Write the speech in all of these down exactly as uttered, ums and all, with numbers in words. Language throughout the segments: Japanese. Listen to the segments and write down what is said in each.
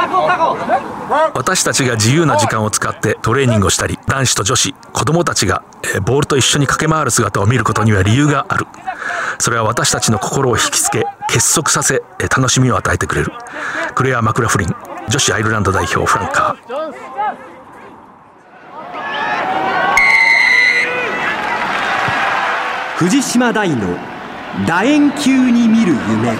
私たちが自由な時間を使ってトレーニングをしたり、男子と女子、子供たちがボールと一緒に駆け回る姿を見ることには理由がある。それは私たちの心を引きつけ、結束させ、楽しみを与えてくれる。クレア・マクラフリン、女子アイルランド代表フランカー。 藤島大の楕円球に見る夢。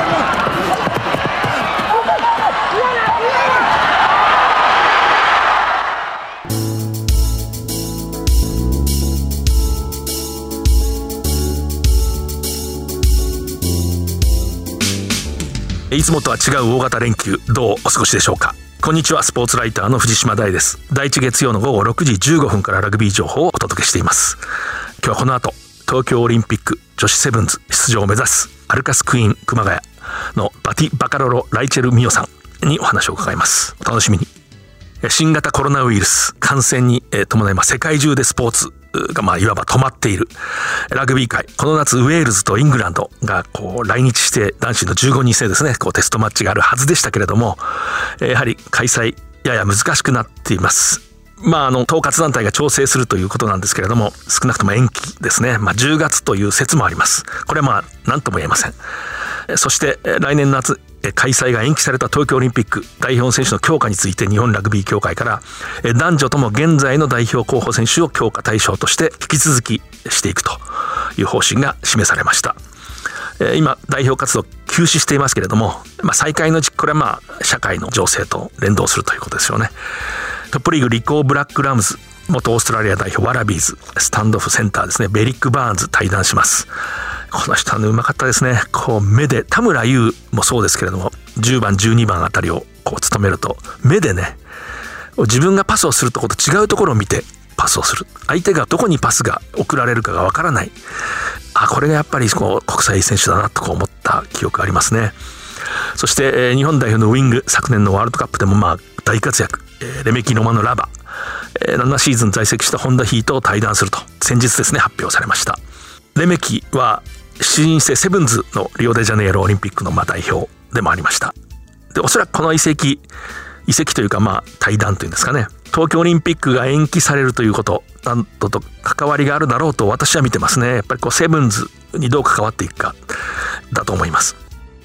いつもとは違う大型連休、どうお過ごしでしょうか。こんにちは、スポーツライターの藤島大です。だいいち月曜の午後ろくじじゅうごふんからラグビー情報をお届けしています。今日はこの後、東京オリンピック女子セブンズ出場を目指すアルカスクイーン熊谷のバティ・バカロロ・ライチェル・ミオさんにお話を伺います。お楽しみに。新型コロナウイルス感染に伴い、まあ、世界中でスポーツがまあいわば止まっているラグビー界。この夏ウェールズとイングランドがこう来日して男子のじゅうごにん制ですね、こうテストマッチがあるはずでしたけれども、やはり開催やや難しくなっています。まあ、あの統括団体が調整するということなんですけれども、少なくとも延期ですね。まあ、じゅうがつという説もあります。これはまあ何とも言えません。そして来年夏開催が延期された東京オリンピック代表選手の強化について、日本ラグビー協会から男女とも現在の代表候補選手を強化対象として引き続きしていくという方針が示されました。今代表活動休止していますけれども、まあ、再開の時期、これはまあ社会の情勢と連動するということですよね。トップリーグリコーブラックラムズ元オーストラリア代表ワラビーズスタンドオフセンターですね、ベリック・バーンズ対談します。この人は、ね、うまかったですね。こう目で、田村優もそうですけれども、じゅうばんじゅうにばんあたりをこう務めると、目でね、自分がパスをするとこと違うところを見てパスをする。相手がどこにパスが送られるかがわからない。あ、これがやっぱりこう国際選手だなとこう思った記憶がありますね。そして、えー、日本代表のウイング、昨年のワールドカップでもまあ大活躍、えー、レメキ・ロマノ・ラバ、えー、ななシーズン在籍した本田ヒートを対談すると先日ですね発表されました。レメキはしちにん制セブンズのリオデジャネイロオリンピックのまあ代表でもありました。で、おそらくこの移籍移籍というかまあ対談というんですかね、東京オリンピックが延期されるということなんとと関わりがあるだろうと私は見てますね。やっぱりこうセブンズにどう関わっていくかだと思います。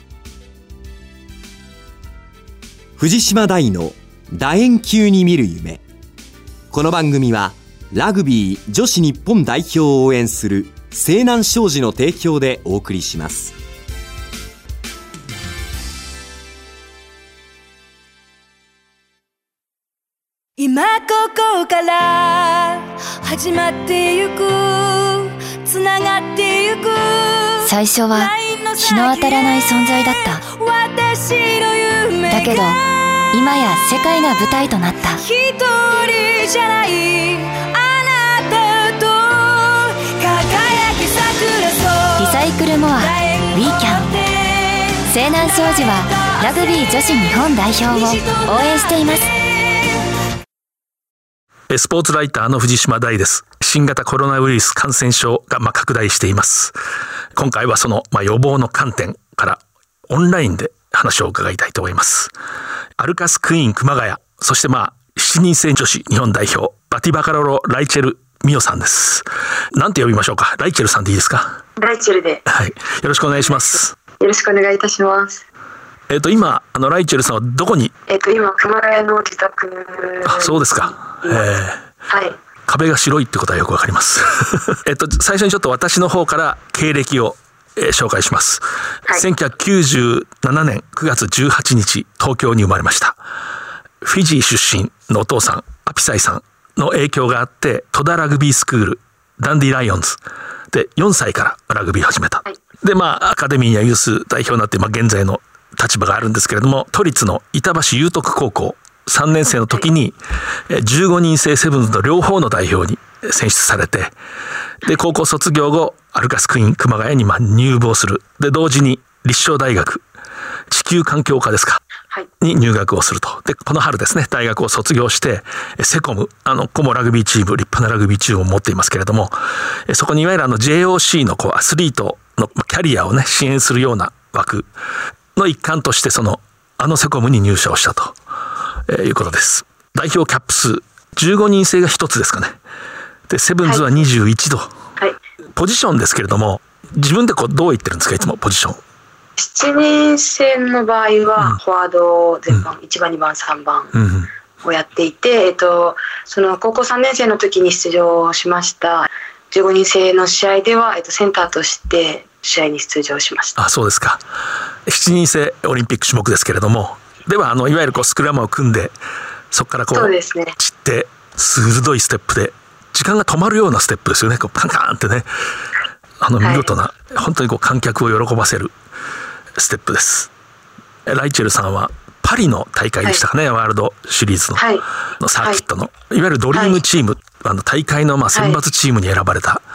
藤島大の楕円球に見る夢。この番組はラグビー女子日本代表を応援する西南商事の提供でお送りします。 今ここから始まってゆく、つながってゆく。 最初は日の当たらない存在だった。だけど今や世界が舞台となった。 一人じゃないあなたと輝き桜そう。 リサイクルモア We Can。 西南商事はラグビー女子日本代表を応援しています。 スポーツライターの藤島大です。新型コロナウイルス感染症がまあ拡大しています。今回はそのまあ予防の観点からオンラインで話を伺いたいと思います。アルカスクイーン熊谷、そしてまあしちにん制女子日本代表バティ・バカロロ・ライチェル・ミオさんです。なんて呼びましょうか。ライチェルさんでいいですか。 ライチェルで、 はい、よろしくお願いします。 よろしくお願いいたします。 えっ、ー、と今あのライチェルさんはどこに。 えっ、ー、と今熊谷の自宅。 あ、そうですか。えー、 はい。 壁が白いってことはよくわかりますえっと最初にちょっと私の方から経歴を、えー、紹介します、はい、せんきゅうひゃくきゅうじゅうななねんくがつじゅうはちにち東京に生まれました。フィジー出身のお父さんアピサイさんの影響があって戸田ラグビースクールダンディライオンズでよんさいからラグビーを始めた、はい、でまあアカデミーやユース代表になって、まあ、現在の立場があるんですけれども、都立の板橋祐徳高校さんねん生の時にじゅうごにん制セブンズの両方の代表に選出されて、で高校卒業後アルカスクイーン熊谷にまあ入部をする。で同時に立正大学地球環境科ですか、はい、に入学をすると。でこの春ですね、大学を卒業してセコム、あのコモラグビーチーム、立派なラグビーチームを持っていますけれども、そこにいわゆるあの ジェイオーシー のこうアスリートのキャリアをね支援するような枠の一環として、そのあのセコムに入社をしたと。 えー、いうことです。代表キャップ数じゅうごにん制がひとつですかね。でセブンズはにじゅういちと、はい、ポジションですけれども自分でこうどう言ってるんですか、いつもポジション。 しちにん制の場合はフォワード全般、うん、いちばんにばんさんばんをやっていて、えっと、その高校さんねん生の時に出場しましたじゅうごにん制の試合では、えっと、センターとして試合に出場しました。 あ、そうですか。しちにん制オリンピック種目ですけれども、ではあのいわゆるこうスクラムを組んでそこからこう散って鋭いステップで時間が止まるようなステップですよね。こうパンカーンってね、あの見事な、はい、本当にこう観客を喜ばせるステップです。ライチェルさんはパリの大会でしたかね、はい、ワールドシリーズ の,、はい、のサーキットの、はい、いわゆるドリームチーム、はい、あの大会のまあ選抜チームに選ばれた、はい、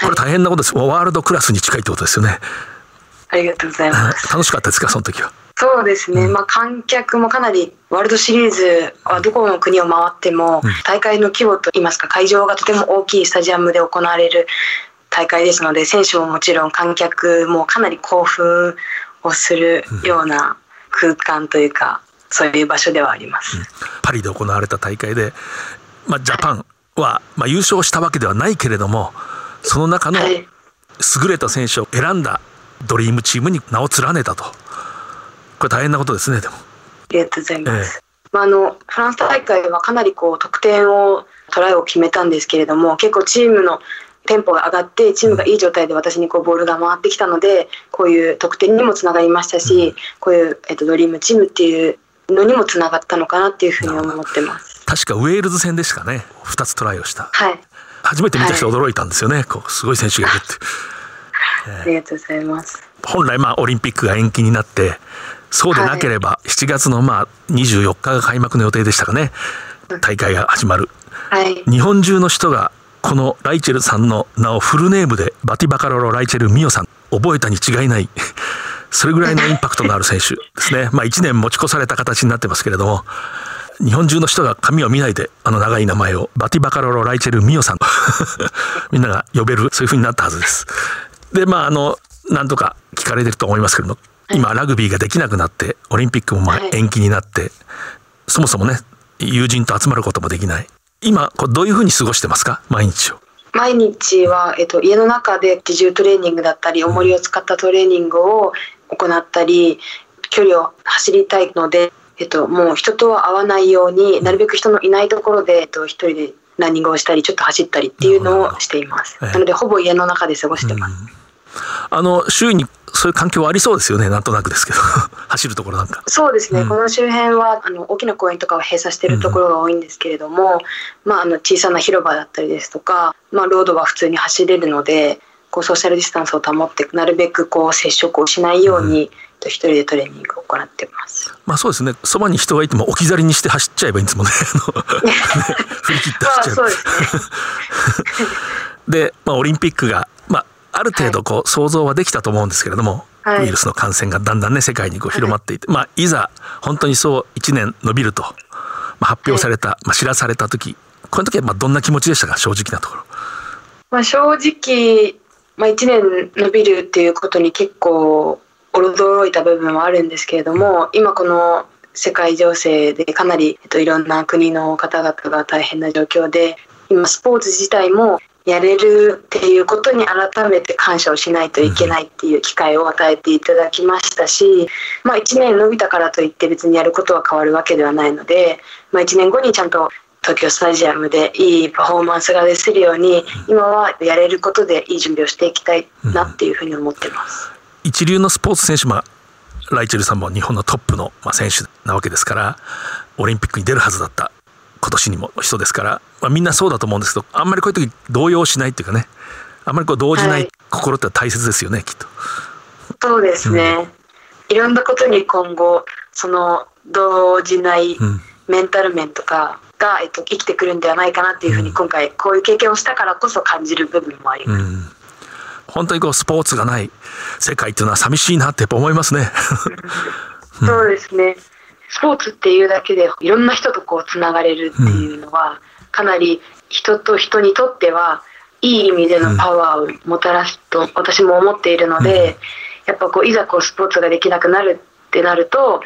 これ大変なことです。ワールドクラスに近いってことですよね。 ありがとうございます。 楽しかったですか、その時は。 そうですね、うん、まあ、観客もかなりワールドシリーズはどこの国を回っても大会の規模といいますか会場がとても大きいスタジアムで行われる大会ですので、選手ももちろん観客もかなり興奮をするような空間というか、うん、そういう場所ではあります、うん、 パリで行われた大会で、まあ、ジャパンは、まあ、優勝したわけではないけれどもその中の優れた選手を選んだドリームチームに名を連ねたと。これ大変なことですね。でもありがとうございます、ええ、まあ、あのフランス大会はかなりこう得点をトライを決めたんですけれども、結構チームのテンポが上がってチームがいい状態で私にこうボールが回ってきたので、こういう得点にもつながりましたし、うん、こういう、えっと、ドリームチームっていうのにもつながったのかなっていうふうに思ってます。 確かウェールズ戦ですかね、ふたつトライをした、 はい、 初めて見た人驚いたんですよね、はい、こうすごい選手がいるって、 えー、ありがとうございます。 本来まあオリンピックが延期になってそうでなければしちがつのまあにじゅうよっかが開幕の予定でしたかね、大会が始まる、 はい、 日本中の人がこのライチェルさんの名をフルネームでバティバカロロライチェルミオさん覚えたに違いないそれぐらいのインパクトのある選手ですね。まあいちねん持ち越された形になってますけれども、日本中の人が紙を見ないであの長い名前をバティバカロロライチェルミオさんみんなが呼べる、そういう風になったはずです。でまああの何度か聞かれてると思いますけれども、今ラグビーができなくなってオリンピックもまあ延期になって、はい、そもそもね友人と集まることもできない、今こうどういうふうに過ごしてますか、毎日を。 毎日は、えっと、家の中で自重トレーニングだったり重りを使ったトレーニングを行ったり、距離を走りたいので、えっと、もう人とは会わないようになるべく人のいないところで、えっと、一人でランニングをしたりちょっと走ったりっていうのをしています。なのでほぼ家の中で過ごしてます。 あの周囲にそういう環境はありそうですよね、なんとなくですけど走るところなんか。 そうですね、うん、この周辺はあの大きな公園とかを閉鎖しているところが多いんですけれども、うん、まあ、あの小さな広場だったりですとか、まあ、ロードは普通に走れるので、こうソーシャルディスタンスを保ってなるべくこう接触をしないように、うん、一人でトレーニングを行っています。 まあそうですね、そばに人がいても置き去りにして走っちゃえばいいんですもんね振り切って走っちゃえば、まあ、そうですねで、まあ、オリンピックが、まあ、ある程度こう想像はできたと思うんですけれども、はい、ウイルスの感染がだんだんね世界にこう広まっていて、はい、まあ、いざ本当にそういちねん延びると、まあ、発表された、はい、まあ、知らされた時、この時はまあどんな気持ちでしたか、正直なところ。 まあ、正直、まあ、いちねん延びるっていうことに結構驚いた部分はあるんですけれども、今この世界情勢でかなり、えっと、いろんな国の方々が大変な状況で、今スポーツ自体もやれるっていうことに改めて感謝をしないといけないっていう機会を与えていただきましたし、まあ、いちねん延びたからといって別にやることは変わるわけではないので、まあ、いちねんごにちゃんと東京スタジアムでいいパフォーマンスが出せるように、今はやれることでいい準備をしていきたいなっていうふうに思ってます。 うん、一流のスポーツ選手、まあ、ライチェルさんも日本のトップの選手なわけですから、オリンピックに出るはずだった今年にも人ですから、まあ、みんなそうだと思うんですけど、あんまりこういう時動揺しないっていうかね、あんまりこう動じない心って大切ですよね、はい、きっと。 そうですね、うん、いろんなことに今後その動じないメンタル面とかが、えっと、生きてくるんではないかなっていうふうに今回こういう経験をしたからこそ感じる部分もあります。うん、 本当にこうスポーツがない世界っていうのは寂しいなってやっぱ思いますね。 そうですね、スポーツっていうだけでいろんな人とこうつながれるっていうのは、うん、かなり人と人にとってはいい意味でのパワーをもたらすと私も思っているので、うん、やっぱこういざこうスポーツができなくなるってなると、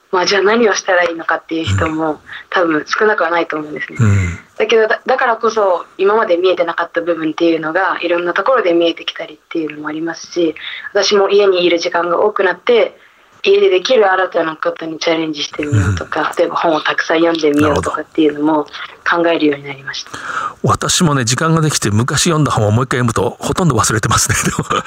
まあ、じゃあ何をしたらいいのかっていう人も多分少なくはないと思うんですね、うん、だけど だ, だからこそ今まで見えてなかった部分っていうのがいろんなところで見えてきたりっていうのもありますし、私も家にいる時間が多くなって家でできる新たなことにチャレンジしてみようとか、うん、例えば本をたくさん読んでみようとかっていうのも考えるようになりました。 私もね時間ができて昔読んだ本をもう一回読むとほとんど忘れてますね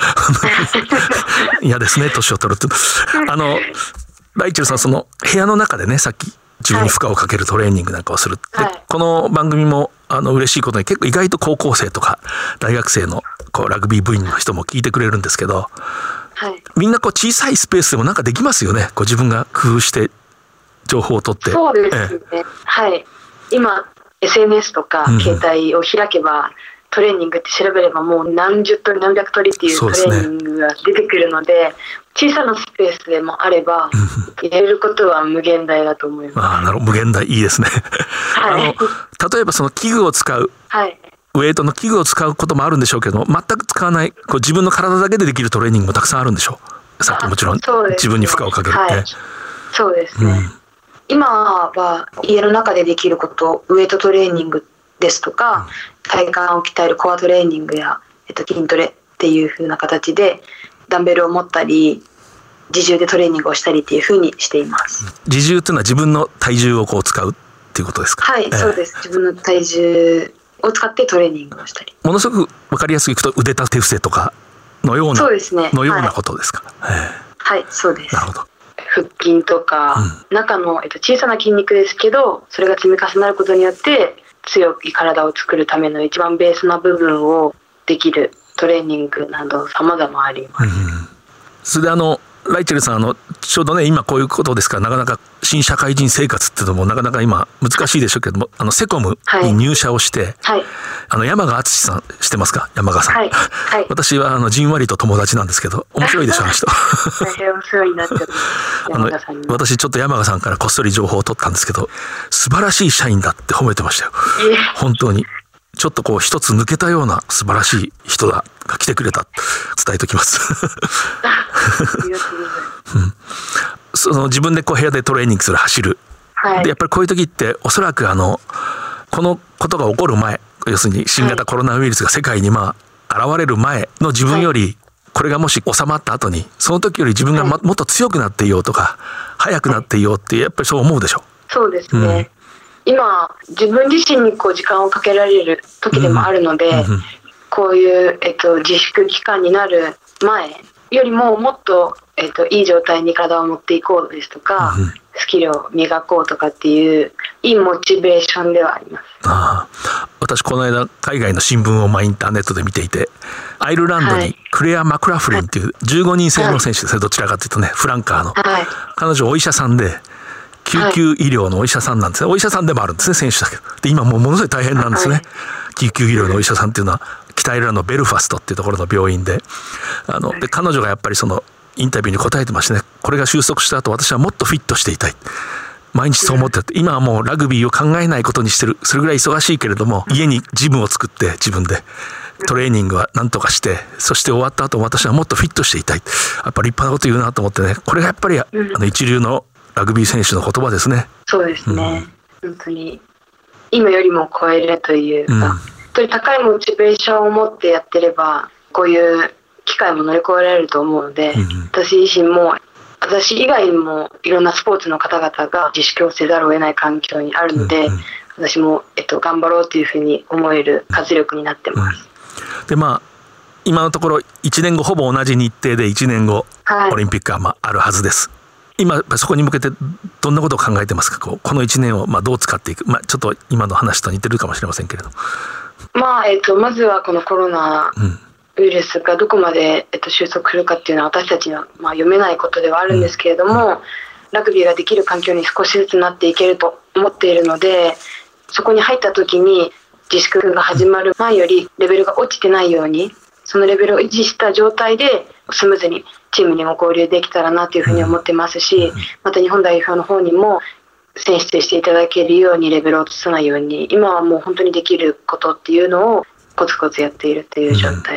嫌ですね年を取るとあのライチェルさん、その部屋の中でねさっき自分に負荷をかけるトレーニングなんかをする、はい、でこの番組もあの嬉しいことに結構意外と高校生とか大学生のこうラグビー部員の人も聞いてくれるんですけど、はい、みんなこう小さいスペースでもなんかできますよね。こう自分が工夫して情報を取って。 そうですね、ええ、はい今 エスエヌエス とか携帯を開けば、うん、トレーニングって調べればもう何十通り何百通りっていうトレーニングが出てくるので、小さなスペースでもあればやれることは無限大だと思います。 ああ、なるほど、無限大いいですね、はい、あの例えばその器具を使う、はい、ウエイトの器具を使うこともあるんでしょうけども、全く使わないこう自分の体だけでできるトレーニングもたくさんあるんでしょう。さっきもちろん、ね、自分に負荷をかけるって、はい、 そうですね、うん、今は家の中でできること、ウエイトトレーニングですとか、体幹を鍛えるコアトレーニングや、えっと、筋トレっていう風な形でダンベルを持ったり自重でトレーニングをしたりっていう風にしています。 自重っていうのは自分の体重をこう使うっていうことですか。 はい、えー、そうです。自分の体重を使ってトレーニングをしたり、 ものすごく分かりやすくいくと腕立て伏せとかのような、 そうですね、 のようなことですか。 はい、えー、はい、そうです。 なるほど。 腹筋とか、うん、中の、えっと、小さな筋肉ですけど、それが積み重なることによって強い体を作るための一番ベースな部分をできるトレーニングなど様々あります、うん、 それであのライチェルさん、あのちょうどね今こういうことですから、なかなか新社会人生活っていうのもなかなか今難しいでしょうけども、あのセコムに入社をして、はい、あの山賀敦さん知ってますか。山賀さん、はいはい、私はあのじんわりと友達なんですけど、面白いでしょあの人大変面白いなってあの私ちょっと山賀さんからこっそり情報を取ったんですけど、素晴らしい社員だって褒めてましたよ。本当にちょっとこう一つ抜けたような素晴らしい人だが来てくれた、伝えときますうん、その自分でこう部屋でトレーニングする、走る、はい、でやっぱりこういう時っておそらくあのこのことが起こる前、要するに新型コロナウイルスが世界にまあ現れる前の自分より、これがもし収まった後にその時より自分が、ま、もっと強くなっていようとか速くなっていようってやっぱりそう思うでしょ。 そうですね、うん、今自分自身にこう時間をかけられる時でもあるので、うんうんうん、こういう、えっと、自粛期間になる前よりももっと、えっと、いい状態に体を持っていこうですとか、うん、スキルを磨こうとかっていういいモチベーションではあります。 ああ、私この間海外の新聞をまあインターネットで見ていて、アイルランドにクレア・マクラフリンっていうじゅうごにん制の選手ですね、はい、どちらかというとねフランカーの、はい、彼女お医者さんで救急医療のお医者さんなんですね、はい、お医者さんでもあるんですね、選手だけど。で今もうものすごい大変なんですね、はい、救急医療のお医者さんっていうのは北アイルランドのベルファストっていうところの病院で、あので彼女がやっぱりそのインタビューに答えてましてね、これが収束した後私はもっとフィットしていたい、毎日そう思ってて、今はもうラグビーを考えないことにしてる、それぐらい忙しいけれども家にジムを作って自分でトレーニングは何とかして、そして終わった後私はもっとフィットしていたい、やっぱり立派なこと言うなと思ってね、これがやっぱりあの一流のラグビー選手の言葉ですね。 そうですね、うん、本当に今よりも超えるというか、うん、本当に高いモチベーションを持ってやってればこういう機会も乗り越えられると思うので、うん、私自身も私以外にもいろんなスポーツの方々が自粛をせざるを得ない環境にあるので、うんうん、私も、えっと、頑張ろうというふうに思える活力になってます、 うん、でまあ今のところいちねんごほぼ同じ日程でいちねんご、はい、オリンピックはまああるはずです。今そこに向けてどんなことを考えてますか。こうこのいちねんをまあどう使っていく、まあ、ちょっと今の話と似てるかもしれませんけれど、 まあえっと、まずはこのコロナウイルスがどこまで、えっと、収束するかっていうのは私たちはまあ読めないことではあるんですけれども、うん、ラグビーができる環境に少しずつなっていけると思っているので、そこに入った時に自粛が始まる前よりレベルが落ちてないように、そのレベルを維持した状態でスムーズにチームにも合流できたらなというふうに思ってますし、また日本代表の方にも選出していただけるようにレベルを落とさないように、今はもう本当にできることっていうのをコツコツやっているという状態です。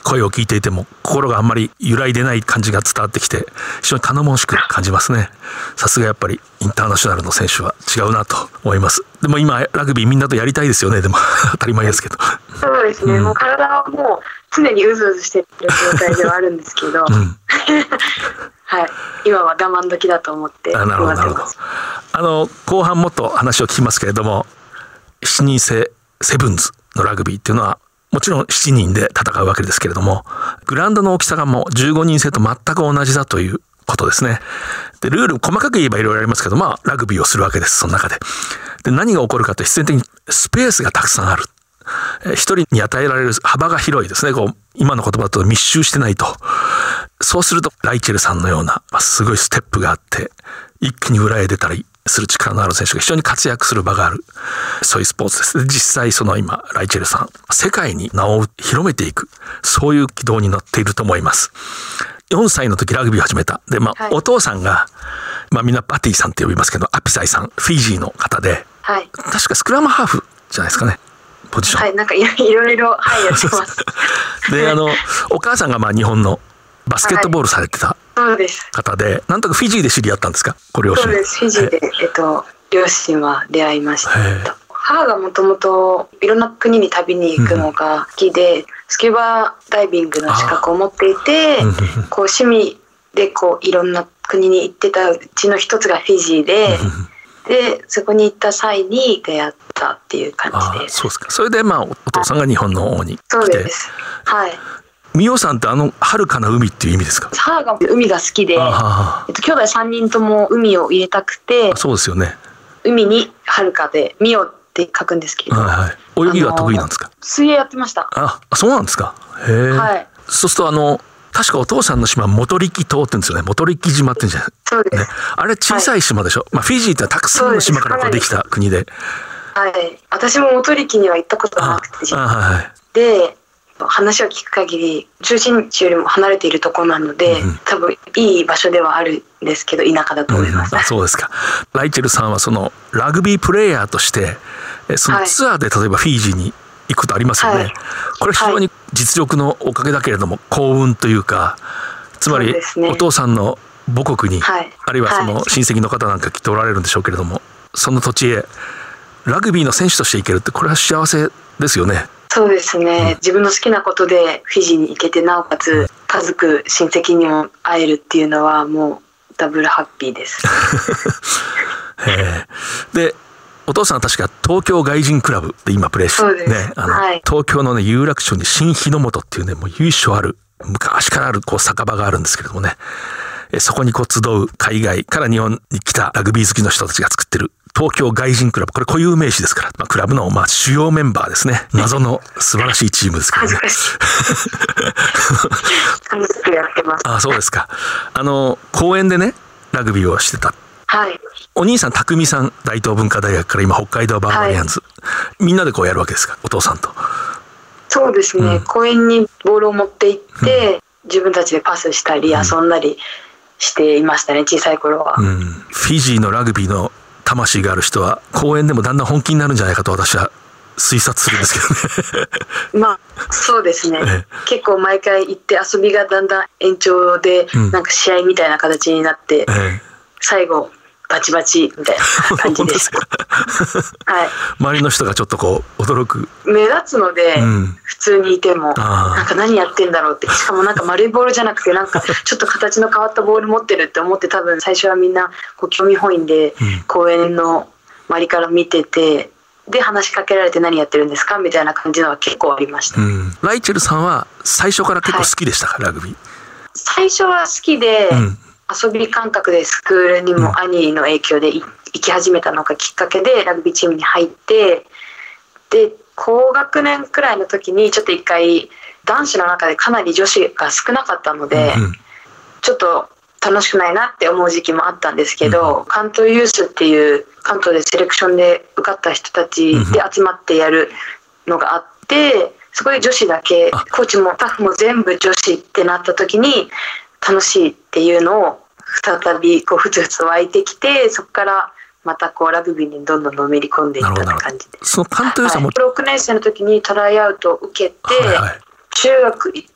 声を聞いていても心があんまり揺らいでない感じが伝わってきて非常に頼もしく感じますね。さすがやっぱりインターナショナルの選手は違うなと思います。でも今ラグビーみんなとやりたいですよね。でも当たり前ですけど。 そうですね、うん、もう体はもう常にうずうずしてる状態ではあるんですけど、うん、はい、今は我慢時だと思ってあなるほどなるほど。あの後半もっと話を聞きますけれども、しちにん制セブンズのラグビーっていうのはもちろんしちにんで戦うわけですけれども、グラウンドの大きさがもうじゅうごにん制と全く同じだということですね。でルール細かく言えばいろいろありますけど、まあラグビーをするわけです。その中でで何が起こるかと、必然的にスペースがたくさんある。一人に与えられる幅が広いですね。こう今の言葉だと密集してないと。そうするとライチェルさんのような、まあ、すごいステップがあって一気に裏へ出たりする力のある選手が非常に活躍する場がある、そういうスポーツです。実際その今ライチェルさん世界に名を広めていく、そういう軌道に乗っていると思います。よんさいの時ラグビーを始めた。で、まあ、はい、お父さんが、まあ、みんなパティさんって呼びますけどアピサイさん、フィジーの方で、はい、確かスクラムハーフじゃないですかね、ポジション。 はい、なんかいろいろ、はい、やってます。 で、あのお母さんがまあ日本のバスケットボールされてた方で、はい、なんとかフィジーで知り合ったんですか、ご両親。 そうです、フィジーで、えっと、両親は出会いました。母がもともといろんな国に旅に行くのが好きで、うん、スキューバダイビングの資格を持っていて、こう趣味でこういろんな国に行ってたうちの一つがフィジーででそこに行った際に出会ったっていう感じです。 そうですか。それでまあお父さんが日本の方に来て。 そうです、はい。 美桜さんってあの遥かな海っていう意味ですか。 母が海が好きで、えっと、兄弟さんにんとも海を入れたくて。そうですよね。海に遥かで美桜って書くんですけど、はいはい、泳ぎは得意なんですか。水泳やってました。 あ、そうなんですか。へえ、はい、そうするとあの確かお父さんの島本力島って言うんですよね。本力島って言うんじゃない。 そうです、 ね、あれ小さい島でしょ、はい、まあ、フィジーってたくさんの島からできた国で、 はい、私も本力には行ったことなくて、はい、で話を聞く限り中心地よりも離れているところなので、うん、多分いい場所ではあるんですけど田舎だと思います、 うん、あ、そうですか。ライチェルさんはそのラグビープレーヤーとしてそのツアーで例えばフィジーに行くことありますよね、はい、これ非常に実力のおかげだけれども幸運というか、つまりお父さんの母国に、はい、あるいはその親戚の方なんか来ておられるんでしょうけれども、その土地へラグビーの選手として行けるって、これは幸せですよね。 そうですね、うん、自分の好きなことでフィジーに行けて、なおかつ家族親戚にも会えるっていうのはもうダブルハッピーですへでお父さんは確か東京外人クラブで今プレーして、ね、あの、はい、東京の、ね、有楽町に新日の本っていうね、もう由緒ある昔からあるこう酒場があるんですけれどもね、えそこにこう集う海外から日本に来たラグビー好きの人たちが作ってる東京外人クラブ、これ固有名詞ですから、まあ、クラブのまあ主要メンバーですね。謎の素晴らしいチームですからね楽しくやってます。 あ、そうですか。あの公園でねラグビーをしてた、 はい、 お兄さん匠さん、大東文化大学から今北海道バーバリアンズ、はい、みんなでこうやるわけですか、お父さんと。 そうですね、うん、公園にボールを持って行って、うん、自分たちでパスしたり遊んだりしていましたね、小さい頃は、うん、 フィジーのラグビーの魂がある人は公園でもだんだん本気になるんじゃないかと私は推察するんですけどねまあそうですね、ええ、結構毎回行って遊びがだんだん延長で、うん、なんか試合みたいな形になって、え、最後バチバチみたいな感じですはい、 周りの人がちょっとこう驚く、 目立つので、うん、普通にいてもなんか何やってんだろうって、しかもなんか丸いボールじゃなくてなんかちょっと形の変わったボール持ってるって思って、多分最初はみんなこう興味本位で公園の周りから見てて、で話しかけられて何やってるんですかみたいな感じのは結構ありました、うん、 ライチェルさんは最初から結構好きでしたか、はい、ラグビー。 最初は好きで、うん、遊び感覚でスクールにも兄の影響で行き始めたのがきっかけでラグビーチームに入って、で高学年くらいの時にちょっと一回男子の中でかなり女子が少なかったので、うん、ちょっと楽しくないなって思う時期もあったんですけど、うん、関東ユースっていう関東でセレクションで受かった人たちで集まってやるのがあって、そこで女子だけ、コーチもスタッフも全部女子ってなった時に楽しいっていうのを再びこうふつふつ湧いてきて、そこからまたこうラグビーにどんどんのめり込んでいった感じです。 その関東予選も、 はい、ろくねん生の時にトライアウトを受けて、はいはい、中学い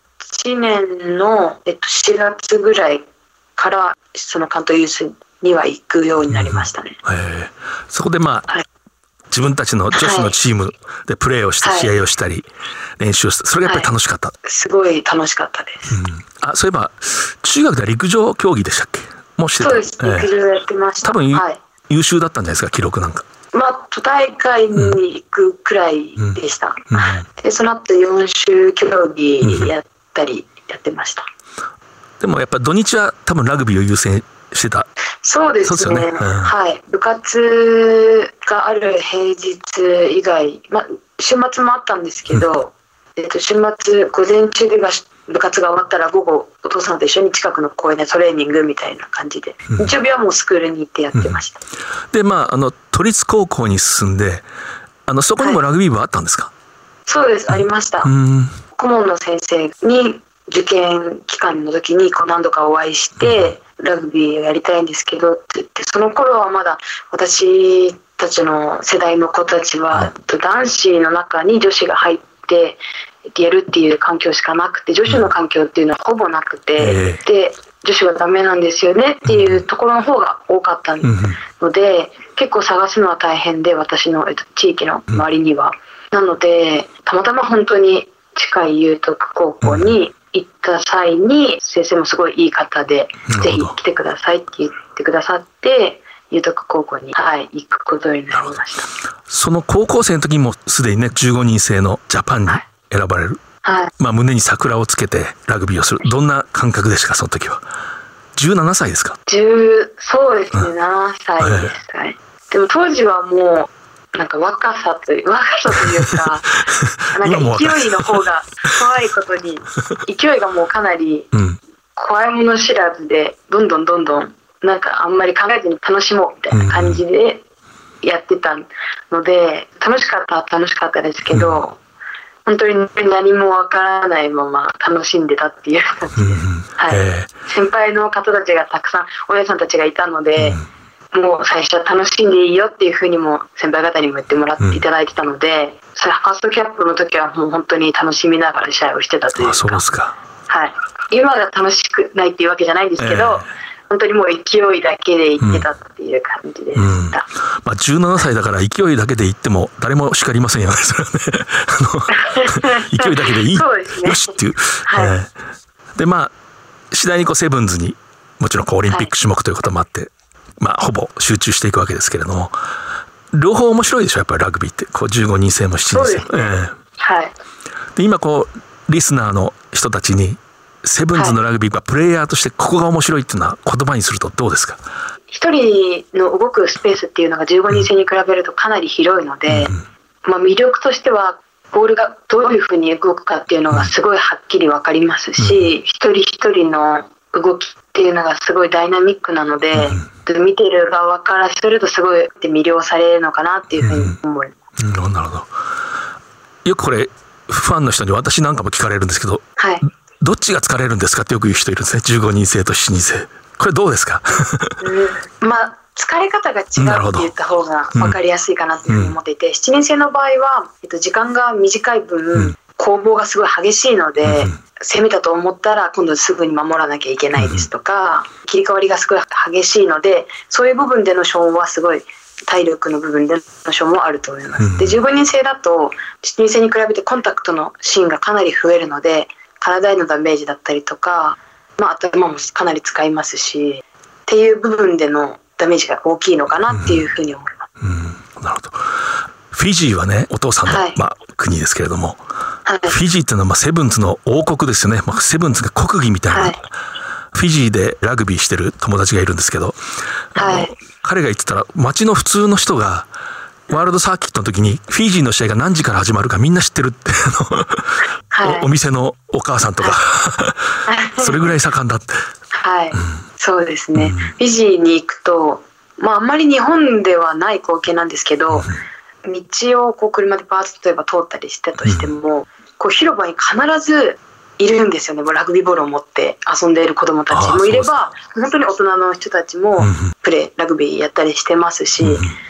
ちねんの、えっと、しがつぐらいからその関東ユースには行くようになりましたね、 うんえー、そこでまあ、はい、自分たちの女子のチームでプレーをして、はい、試合をしたり練習をした、それがやっぱり楽しかった、はい、 すごい楽しかったです、 うん、あそういえば中学では陸上競技でしたっけ？もうしてた？ そうです、陸上やってました、 多分、 はい、 優秀だったんじゃないですか、記録なんか。 まあ、都大会に行くくらいでした、うんうん、でその後よん種競技やったりやってました、 うん、でもやっぱ土日は多分ラグビーを優先してた。 そうですね、そうですよね、うん、はい、部活がある平日以外、まあ、週末もあったんですけど、うんえっと、週末午前中で部活が終わったら午後お父さんと一緒に近くの公園でトレーニングみたいな感じで、うん、日曜日はもうスクールに行ってやってました、 うん、でまああの都立高校に進んであのそこにもラグビー部あったんですか？はい、 そうです、ありました、うん、顧問の先生に受験期間の時にこう何度かお会いして、うん、ラグビーをやりたいんですけどって言って、その頃はまだ私たちの世代の子たちは、うん、男子の中に女子が入ってやるっていう環境しかなくて、女子の環境っていうのはほぼなくて、うん、で女子はダメなんですよねっていうところの方が多かったので、うん、結構探すのは大変で、私の地域の周りには、うん、なのでたまたま本当に近い有徳高校に行った際に先生もすごいいい方で、ぜひ来てくださいって言ってくださって、有徳高校に、はい、行くことになりました。 その高校生の時にもすでにねじゅうごにん制のジャパンに選ばれる、はい、まあ、胸に桜をつけてラグビーをする、どんな感覚でしたか、その時は？じゅうななさいですか？じゅうそうですね、うん、ななさいです、はい、でも当時はもうなんか若さという若さというかなんか勢いの方が怖いことに勢いがもうかなり怖いもの知らずで、どんどんどんどんなんかあんまり考えずに楽しもうみたいな感じでやってたので、楽しかったは楽しかったですけど、うん、本当に何もわからないまま楽しんでたっていう感じです、うんはいえー、先輩の方たちがたくさんお姉さんたちがいたので、うん、もう最初は楽しんでいいよっていうふうにも先輩方にも言ってもらっていただいてたので、うん、それファーストキャップの時はもう本当に楽しみながら試合をしてたというか。あ、そうですか。はい、今が楽しくないっていうわけじゃないんですけど、えー本当にもう勢いだけで行ってたっていう感じでした、うんうんまあ、じゅうななさいだから勢いだけで行っても誰も叱りませんよね、それはね勢いだけでいいそうです、ね、よしっていう、はいえー、でまあ次第にこうセブンズにもちろんこうオリンピック種目ということもあって、はいまあ、ほぼ集中していくわけですけれども、両方面白いでしょやっぱりラグビーって、こうじゅうごにん制もしちにん制も、そうですね、えーはい、で今こうリスナーの人たちにセブンズのラグビーはプレイヤーとしてここが面白いっていうのは言葉にするとどうですか？一人の動くスペースっていうのがじゅうごにん制に比べるとかなり広いので、うんまあ、魅力としてはボールがどういうふうに動くかっていうのがすごいはっきり分かりますし、うん、一人一人の動きっていうのがすごいダイナミックなので、うん、見てる側からするとすごい魅了されるのかなっていうふうに思います、うんうん、なるほど。よくこれファンの人に私なんかも聞かれるんですけど、はいどっちが疲れるんですかってよく言う人いるんですね。じゅうごにん制としちにん制。これどうですか？うん、まあ疲れ方が違うって言った方が分かりやすいかなというふうに思っていて、うん、しちにん制の場合は、えっと、時間が短い分、うん、攻防がすごい激しいので、うん、攻めたと思ったら今度すぐに守らなきゃいけないですとか、うん、切り替わりがすごい激しいので、そういう部分での消耗はすごい体力の部分での消耗もあると思います、うん、でじゅうごにん制だとしちにん制に比べてコンタクトのシーンがかなり増えるので、体へのダメージだったりとか、まあ、頭もかなり使いますしっていう部分でのダメージが大きいのかなっていうふうに思います、うんうん、なるほど。フィジーはねお父さんの、はいまあ、国ですけれども、はい、フィジーっていうのはまあセブンズの王国ですよね、まあ、セブンズが国技みたいな、はい、フィジーでラグビーしてる友達がいるんですけど、はい、彼が言ってたら街の普通の人がワールドサーキットの時にフィジーの試合が何時から始まるかみんな知ってるってはい、お, お店のお母さんとかそれぐらい盛んだって。はい、うん、そうですね、うん、フィジーに行くと、まあ、あんまり日本ではない光景なんですけど、うん、道をこう車でバーッと例えば通ったりしてとしても、うん、こう広場に必ずいるんですよね。もうラグビーボールを持って遊んでいる子どもたちもいれば、本当に大人の人たちもプレーラグビーやったりしてますし、うん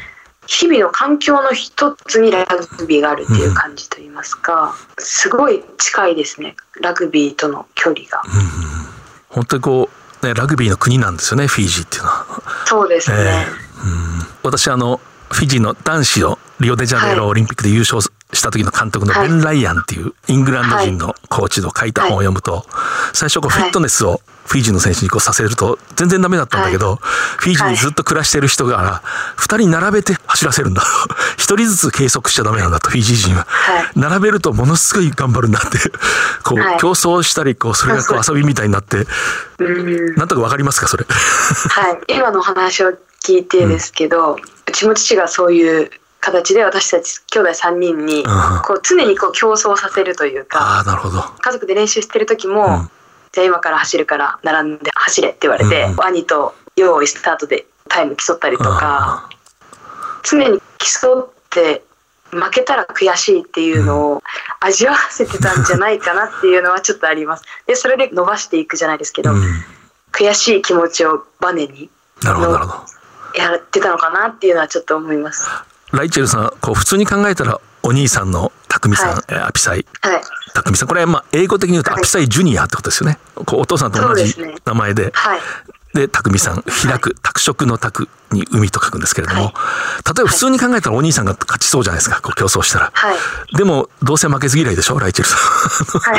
日々の環境の一つにラグビーがあるっていう感じといいますか、うん、すごい近いですね、ラグビーとの距離が、うんうん、 本当にこう、ね、ラグビーの国なんですよね、フィジーっていうのは。 そうですね、 えー、うん、私あのフィジーの男子のリオデジャネイロオリンピックで優勝した時の監督のベン・ライアンっていうイングランド人のコーチの書いた本を読むと、最初こうフィットネスをフィジーの選手にこうさせると全然ダメだったんだけど、フィジーにずっと暮らしてる人がふたり並べて走らせるんだひとりずつ計測しちゃダメなんだと、フィジー人は並べるとものすごい頑張るんだってこう競争したり、こうそれがこう遊びみたいになって、なんとかわかりますかそれはい、今の話を聞いてですけど、うん、うちも父がそういう形で私たち兄弟さんにんにこう常にこう競争させるというか、 あ、なるほど、 家族で練習してる時も、うん、じゃあ今から走るから並んで走れって言われて、うん、兄と用意スタートでタイム競ったりとか、常に競って負けたら悔しいっていうのを味わわせてたんじゃないかなっていうのはちょっとあります。でそれで伸ばしていくじゃないですけど、うん、悔しい気持ちをバネになるほどなるほどやってたのかなっていうのはちょっと思います。 ライチェルさん、こう普通に考えたらお兄さんの匠さん、はい、アピサイ、はい、匠さん、これはまあ英語的に言うとアピサイジュニアってことですよね。こうお父さんと同じ名前 で, で、はい、で匠さん、開く、拓殖の拓に海と書くんですけれども、はい、例えば普通に考えたらお兄さんが勝ちそうじゃないですか、こう競争したら、はい、でもどうせ負けず嫌いでしょライチェルさん、はい、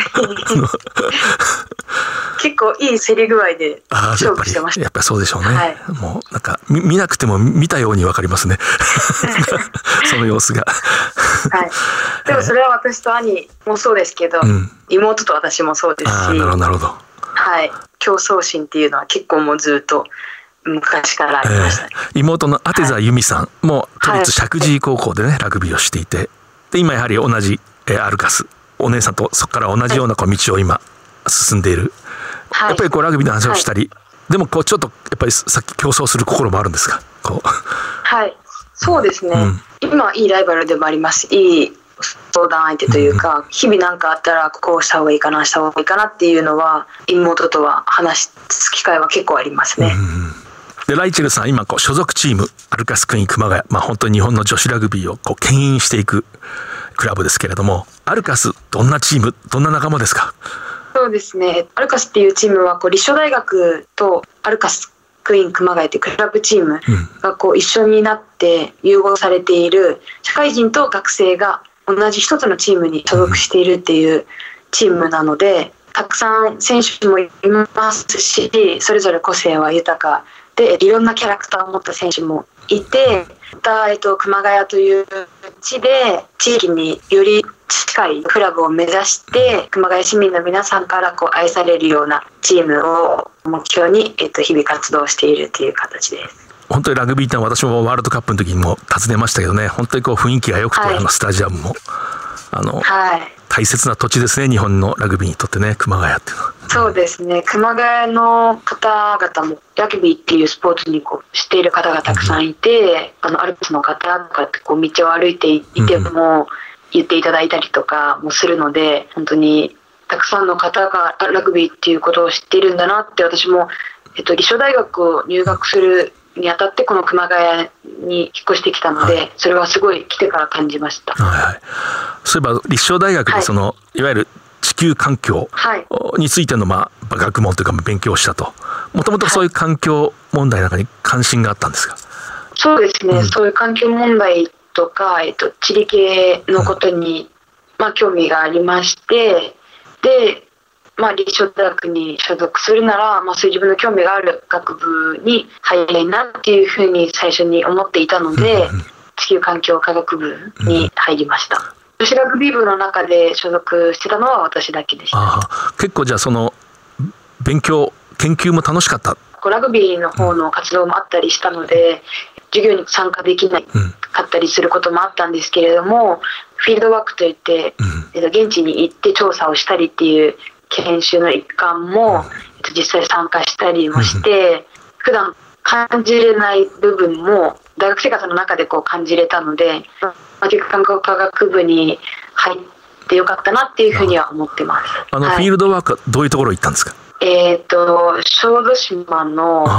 結構いい競り具合で勝負してました。 やっぱりそうでしょうね、はい、もうなんか 見, 見なくても見たように分かりますねその様子がはい、でもそれは私と兄もそうですけど、うん、妹と私もそうですし、 あ、なるほどなるほど、 はい、競争心っていうのは結構もうずっと昔からありました、ね、 えー、妹の当座由美さんも都立石神井高校でね、はい、ラグビーをしていて、で今やはり同じ、えー、アルカス、お姉さんとそこから同じようなこう道を今進んでいる、はい、やっぱりこうラグビーの話をしたり、はい、でもこうちょっとやっぱりさっき競争する心もあるんですか、こう。はい、 そうですね、うん、今いいライバルでもあります。いい相談相手というか、うん、日々何かあったらこうした方がいいかなした方がいいかなっていうのは妹とは話す機会は結構ありますね、うん、 でライチェルさん、今こう所属チームアルカスクイーン熊谷、まあ、本当に日本の女子ラグビーをこう牽引していくクラブですけれども、アルカスどんなチーム、どんな仲間ですか。 そうですね、アルカスっていうチームはこう立正大学とアルカスクイーン熊谷というクラブチームがこう一緒になって融合されている、社会人と学生が同じ一つのチームに所属しているっていうチームなので、たくさん選手もいますし、それぞれ個性は豊かでいろんなキャラクターを持った選手もいて、また、えっと、熊谷という地で地域により近いクラブを目指して、熊谷市民の皆さんからこう愛されるようなチームを目標に、えっと、日々活動しているという形です。 本当にラグビーって私もワールドカップの時にも訪ねましたけどね、本当にこう雰囲気が良くて、はい、あのスタジアムもあの、はい、大切な土地ですね、日本のラグビーにとってね、熊谷っていうのは。 そうですね、熊谷の方々もラグビーっていうスポーツにこう知っている方がたくさんいて、うん、あのアルプスの方とかってこう道を歩いていても言っていただいたりとかもするので、本当にたくさんの方がラグビーっていうことを知っているんだなって、私も、えっと、立正大学を入学するにあたってこの熊谷に引っ越してきたので、はい、それはすごい来てから感じました、はいはい、 そういえば立正大学でその、はい、いわゆる地球環境についての、まあ、学問というか勉強をしたと、もともとそういう環境問題なんかに関心があったんですか。 そうですね、うん、そういう環境問題とか、えっと、地理系のことに、うん、まあ、興味がありまして、でまあ、立正大学に所属するなら、まあ、そういう自分の興味がある学部に入りたいなっていうふうに最初に思っていたので、うん、地球環境科学部に入りました、うん、女子ラグビー部の中で所属してたのは私だけでした。 あ、結構じゃあその勉強研究も楽しかった。 ラグビーの方の活動もあったりしたので、うん、授業に参加できなかったりすることもあったんですけれども、フィールドワークといって、うん、現地に行って調査をしたりっていう研修の一環も、うん、実際参加したりもして、うん、普段感じれない部分も大学生活の中でこう感じれたので、地球環境科学部に入ってよかったなっていうふうには思ってます。 あの、はい、フィールドワークはどういうところ行ったんですか。 えーと小豆島の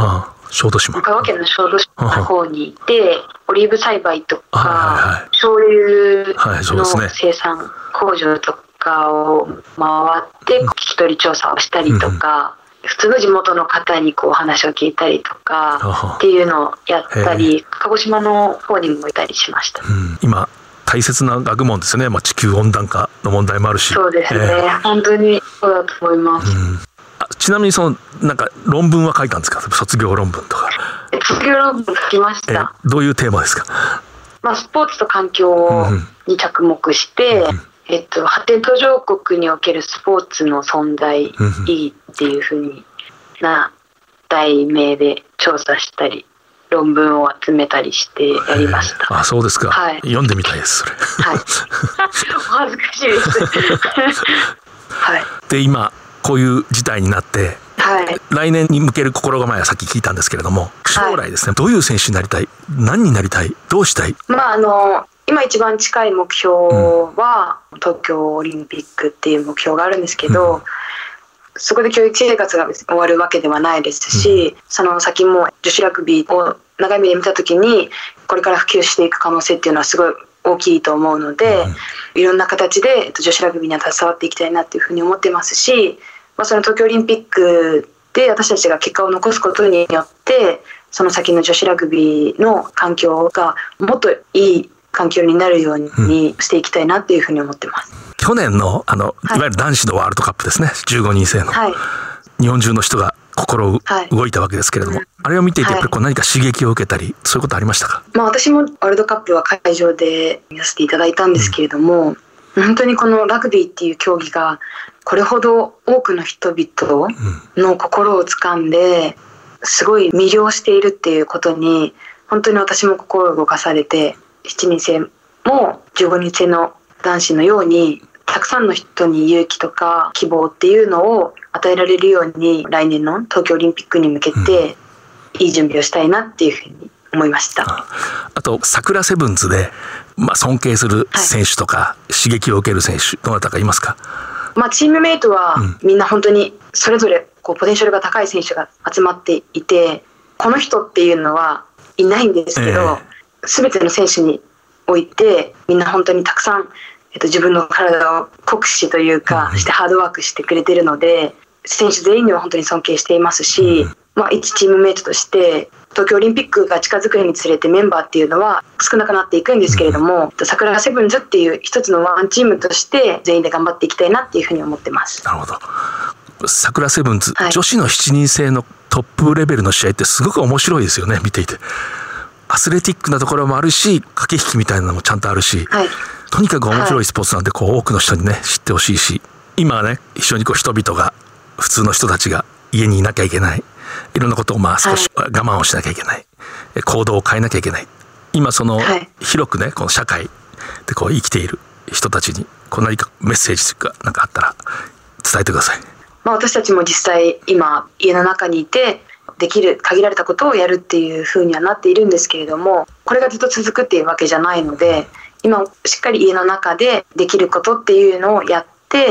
小豆島、 香川県の小豆島の方にいて、オリーブ栽培とか、 はいはいはい、 醤油はい、そうですね、 の生産工場とかを回って聞き取り調査をしたりとか、うん、普通の地元の方にこう話を聞いたりとかっていうのをやったり、鹿児島の方にもいたりしました。 うん、今大切な学問ですね、まあ、地球温暖化の問題もあるし。 そうですね、えー、本当にそうだと思います。うん、 あ、ちなみにそのなんか論文は書いたんですか？卒業論文とか。 卒業論文書きました。 えー、どういうテーマですか？ まあ、スポーツと環境に着目して、うんうん、えっと、発展途上国におけるスポーツの存在、意義っていうふうにな題名で調査したり論文を集めたりしてやりました。 あ、そうですか、 はい、 読んでみたいですそれ。 はい、お恥ずかしいです。はい、 で今こういう事態になって、 はい、 来年に向ける心構えはさっき聞いたんですけれども、将来ですね、はい、どういう選手になりたい、何になりたい、どうしたい？ まああの今一番近い目標は、うん、東京オリンピックっていう目標があるんですけど、うん、そこで教育生活が終わるわけではないですし、うん、その先も女子ラグビーを長い目で見た時にこれから普及していく可能性っていうのはすごい大きいと思うので、うん、いろんな形で女子ラグビーには携わっていきたいなっていうふうに思ってますし、まあ、その東京オリンピックで私たちが結果を残すことによってその先の女子ラグビーの環境がもっといい環境になるようにしていきたいなっていうふうに思ってます。 うん、去年のあの、はい、いわゆる男子のワールドカップですね、じゅうごにん制の、はい、日本中の人が心動いたわけですけれども、はい、あれを見ていてやっぱりこう何か刺激を受けたり、そういうことありましたか？ まあ、私もワールドカップは会場で見させていただいたんですけれども、うん、本当にこのラグビーっていう競技がこれほど多くの人々の心を掴んですごい魅了しているっていうことに本当に私も心を動かされて、しちにん制もじゅうごにん制の男子のようにたくさんの人に勇気とか希望っていうのを与えられるように来年の東京オリンピックに向けていい準備をしたいなっていうふうに思いました。 あ, あと桜セブンズで、まあ、尊敬する選手とか、はい、刺激を受ける選手どなたかいますか？ まあ、チームメイトはみんな本当にそれぞれこうポテンシャルが高い選手が集まっていて、この人っていうのはいないんですけど、えー、全ての選手においてみんな本当にたくさん、えっと、自分の体を酷使というかしてハードワークしてくれてるので、選手全員には本当に尊敬していますし、まあ、一チームメイトとして東京オリンピックが近づくにつれてメンバーっていうのは少なくなっていくんですけれども、桜セブンズっていう一つのワンチームとして全員で頑張っていきたいなっていうふうに思ってます。 なるほど。桜セブンズ、はい、女子のしちにん制のトップレベルの試合ってすごく面白いですよね、見ていて。アスレティックなところもあるし、駆け引きみたいなのもちゃんとあるし、はい、とにかく面白いスポーツなんで、こう多くの人にね知ってほしいし、今はね非常にこう人々が普通の人たちが家にいなきゃいけない、いろんなことをまあ少し我慢をしなきゃいけない、はい、行動を変えなきゃいけない、今その、はい、広くねこの社会でこう生きている人たちにこう何かメッセージとか何かあったら伝えてください。 まあ、私たちも実際今家の中にいてできる限られたことをやるっていう風にはなっているんですけれども、これがずっと続くっていうわけじゃないので、今しっかり家の中でできることっていうのをやって、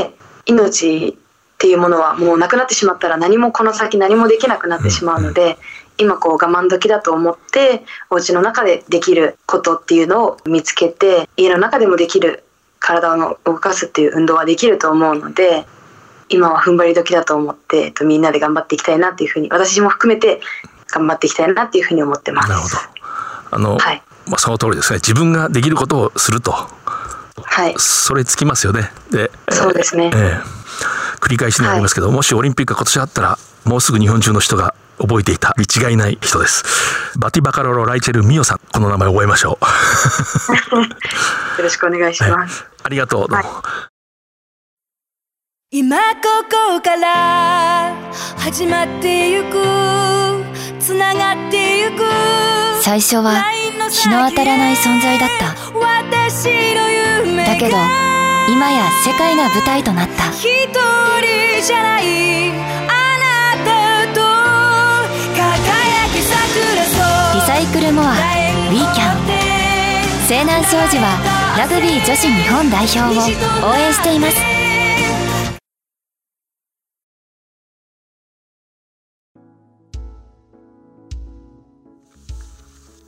命っていうものはもうなくなってしまったら何もこの先何もできなくなってしまうので、今こう我慢時だと思ってお家の中でできることっていうのを見つけて、家の中でもできる体を動かすっていう運動はできると思うので、今は踏ん張り時だと思って、えっと、みんなで頑張っていきたいなっていうふうに、私も含めて頑張っていきたいなっていうふうに思ってます。 なるほど。あの、はい、まあ、その通りですね。自分ができることをすると、はい、それつきますよね。で、 そうですね、 えー、繰り返しになりますけど、はい、もしオリンピックが今年あったらもうすぐ日本中の人が覚えていたに違いない人です。バティバカロロ・ライチェル・ミオさん、この名前を覚えましょう。 よろしくお願いします。 はい、ありがとう。どうも。はい、 今ここから始まってゆく、つながってゆく。 最初は日の当たらない存在だった。だけど今や世界が舞台となった。 一人じゃないあなたと輝き桜そう。 リサイクルモア We Can。 西南商事はラグビー女子日本代表を応援しています。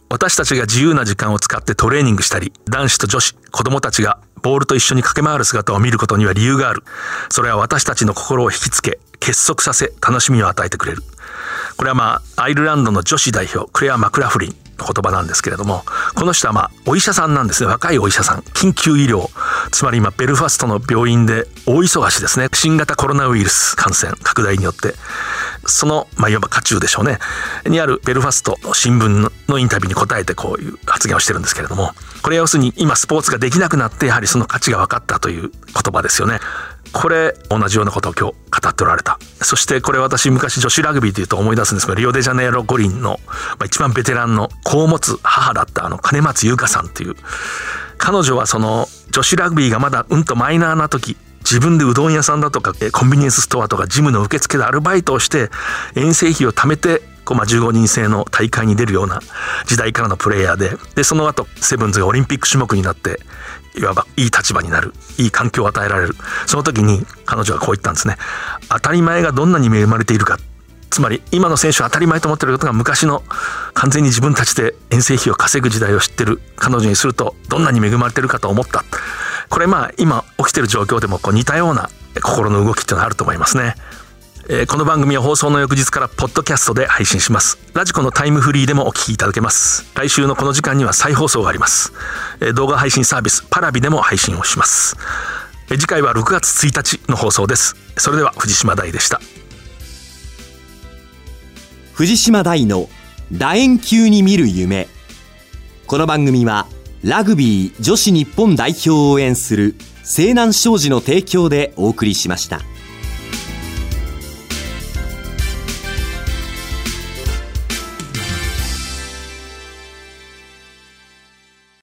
私たちが自由な時間を使ってトレーニングしたり、男子と女子、子供たちがボールと一緒に駆け回る姿を見ることには理由がある。それは私たちの心を引きつけ、結束させ、楽しみを与えてくれる。これはまあアイルランドの女子代表クレア・マクラフリンの言葉なんですけれども、この人はまあお医者さんなんですね。若いお医者さん、緊急医療、つまり今ベルファストの病院で大忙しですね。新型コロナウイルス感染拡大によって、そのまあいわば渦中でしょうねにあるベルファストの新聞のインタビューに答えてこういう発言をしてるんですけれども、これは要するに今スポーツができなくなってやはりその価値が分かったという言葉ですよね。これ同じようなことを今日語っておられた。そしてこれ私昔女子ラグビーというと思い出すんですけど、リオデジャネイロ五輪の一番ベテランの子を持つ母だったあの金松優香さんという、彼女はその女子ラグビーがまだうんとマイナーな時、自分でうどん屋さんだとかコンビニエンスストアとかジムの受付でアルバイトをして遠征費を貯めてこうまあじゅうごにん制の大会に出るような時代からのプレイヤーで、でその後セブンズがオリンピック種目になっていわばいい立場になる、いい環境を与えられる。その時に彼女はこう言ったんですね。当たり前がどんなに恵まれているか、つまり今の選手は当たり前と思っていることが昔の完全に自分たちで遠征費を稼ぐ時代を知ってる彼女にするとどんなに恵まれているかと思った。これまあ今起きている状況でもこう似たような心の動きっていうのがあると思いますね。えー、この番組は放送の翌日からポッドキャストで配信します。ラジコのタイムフリーでもお聞きいただけます。来週のこの時間には再放送があります。えー、動画配信サービスパラビでも配信をします。えー、次回はろくがつついたちの放送です。それでは藤島大でした。 藤島大の楕円球に見る夢。この番組はラグビー女子日本代表を応援する西南商事の提供でお送りしました。